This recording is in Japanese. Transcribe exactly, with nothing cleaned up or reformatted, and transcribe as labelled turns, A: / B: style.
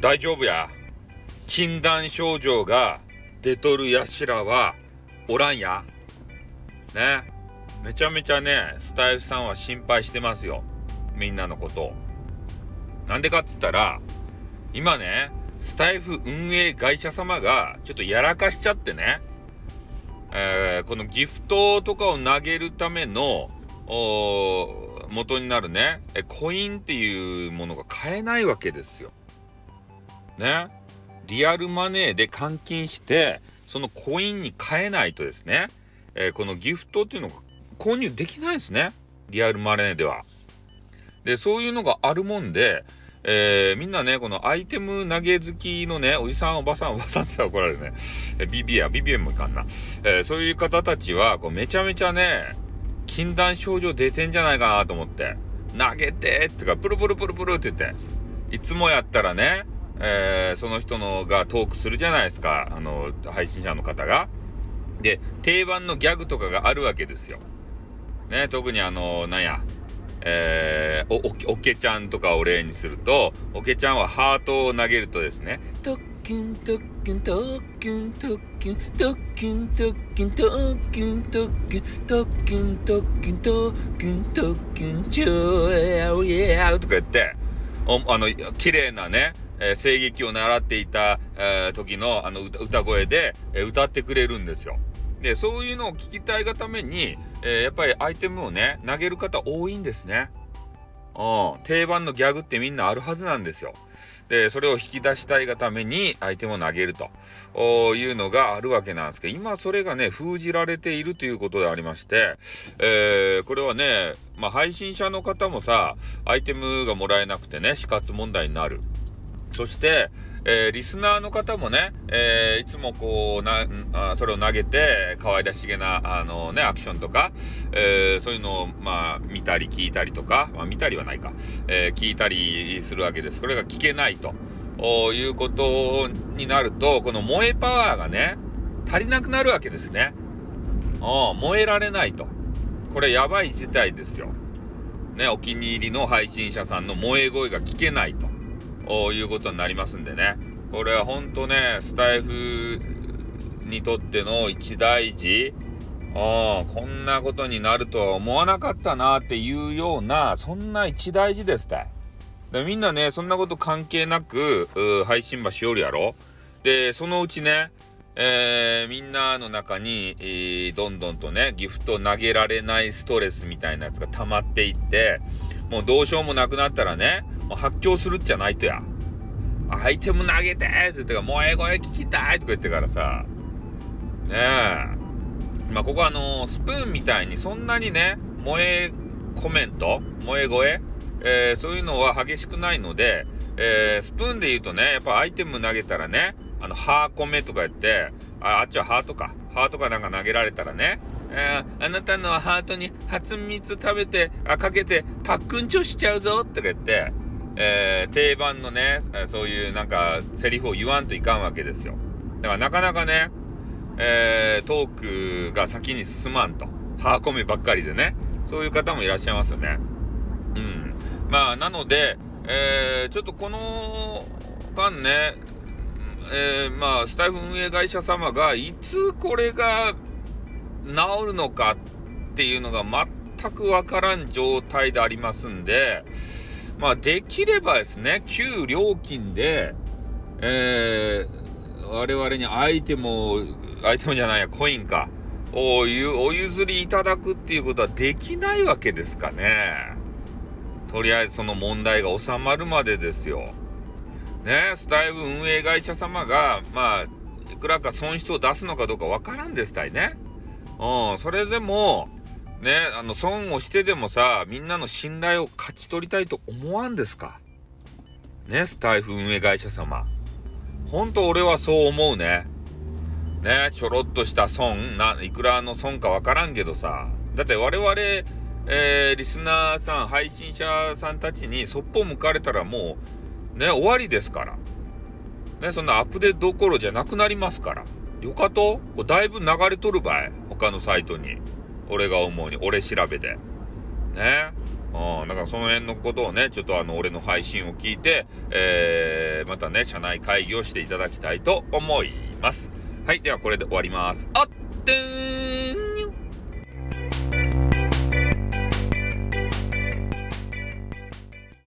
A: 大丈夫や。禁断症状が出とるやしらはおらんや。ね。めちゃめちゃね、スタイフさんは心配してますよ。みんなのことを。なんでかっつったら、今ね、スタイフ運営会社様がちょっとやらかしちゃってね、えー、このギフトとかを投げるための元になるね、コインっていうものが買えないわけですよ。ね。リアルマネーで換金して、そのコインに変えないとですね、えー、このギフトっていうのが購入できないですね。リアルマネーでは。で、そういうのがあるもんで、えー、みんなね、このアイテム投げ好きのね、おじさん、おばさん、おばさんって怒られるね。え、ビビや、ビビエンもいかんな。えー、そういう方たちは、こうめちゃめちゃね、禁断症状出てんじゃないかなと思って。投げてってか、プルプルプルプルって言って。いつもやったらね、えー、その人のがトークするじゃないですか。あの、配信者の方が。で、定番のギャグとかがあるわけですよ。ね、特にあの、なんや。えー、お、お、おけちゃんとかを例にすると、おけちゃんはハートを投げるとですね、トッキュントッキュントッキュントッキュントッキュントッキュントッキュントッキュントッキュントッキュントッキュントッキュンチョーヤオヤオとか言って、おあの、綺麗なね、えー、声劇を習っていた、えー、時のあの 歌, 歌声で、えー、歌ってくれるんですよ。で、そういうのを聞きたいがために、えー、やっぱりアイテムをね、投げる方多いんですね。うん。定番のギャグってみんなあるはずなんですよ。で、それを引き出したいがためにアイテムを投げるというのがあるわけなんですけど、今それがね、封じられているということでありまして、えー、これはね、まあ配信者の方もさ、アイテムがもらえなくてね、死活問題になる。そして、えー、リスナーの方もね、えー、いつもこうなあそれを投げて可愛らしげなあのねアクションとか、えー、そういうのをまあ見たり聞いたりとか、まあ、見たりはないか、えー、聞いたりするわけです。これが聞けないということになると、この萌えパワーがね足りなくなるわけですね。あ燃えられないと。これやばい事態ですよ。ね、お気に入りの配信者さんの萌え声が聞けないと。いうことになりますんでね。これはほんとね、スタイフにとっての一大事。ああ、こんなことになるとは思わなかったなっていうような、そんな一大事ですたい。でみんなね、そんなこと関係なく、配信場しよるやろ。で、そのうちね、えー、みんなの中に、えー、どんどんとね、ギフト投げられないストレスみたいなやつが溜まっていって、もうどうしようもなくなったらね、もう発狂するっちゃないとや。アイテム投げてって言ってから、萌え声聞きたいとか言ってからさ、ねえ。まあ、ここはあのー、スプーンみたいにそんなにね、萌えコメント、萌え声、えー、そういうのは激しくないので、えー、スプーンで言うとね、やっぱアイテム投げたらね、あの、ハーコメとか言って、あ、あっちはハートか。ハートかなんか投げられたらね、えー、あなたのハートに蜂蜜食べて、あ、かけて、パックンチョしちゃうぞとか言って、えー、定番のね、そういうなんか、セリフを言わんといかんわけですよ。だからなかなかね、えー、トークが先に進まんと。ハーコメばっかりでね。そういう方もいらっしゃいますよね。うん。まあ、なので、えー、ちょっとこの間ね、えー、まあスタイフ運営会社様がいつこれが治るのかっていうのが全くわからん状態でありますんで、まあできればですね、旧料金で、えー、我々にアイテムをアイテムじゃないやコインかをお譲りいただくっていうことはできないわけですかね。とりあえずその問題が収まるまでですよ。ね、スタイフ運営会社様が、まあ、いくらか損失を出すのかどうかわからんですたいね。うん、それでも、ね、あの、損をしてでもさ、みんなの信頼を勝ち取りたいと思わんですか。ね、スタイフ運営会社様。ほんと俺はそう思うね。ね、ちょろっとした損、な、いくらの損かわからんけどさ、だって我々、えー、リスナーさん、配信者さんたちにそっぽ向かれたらもう、ね、終わりですから。ね、そんなアップデートどころじゃなくなりますから。よかとこうだいぶ流れとるばい。他のサイトに。俺が思うに、俺調べで。ね。 うん、だからその辺のことをね、ちょっとあの、俺の配信を聞いて、えー、またね、社内会議をしていただきたいと思います。はい、ではこれで終わります。あってー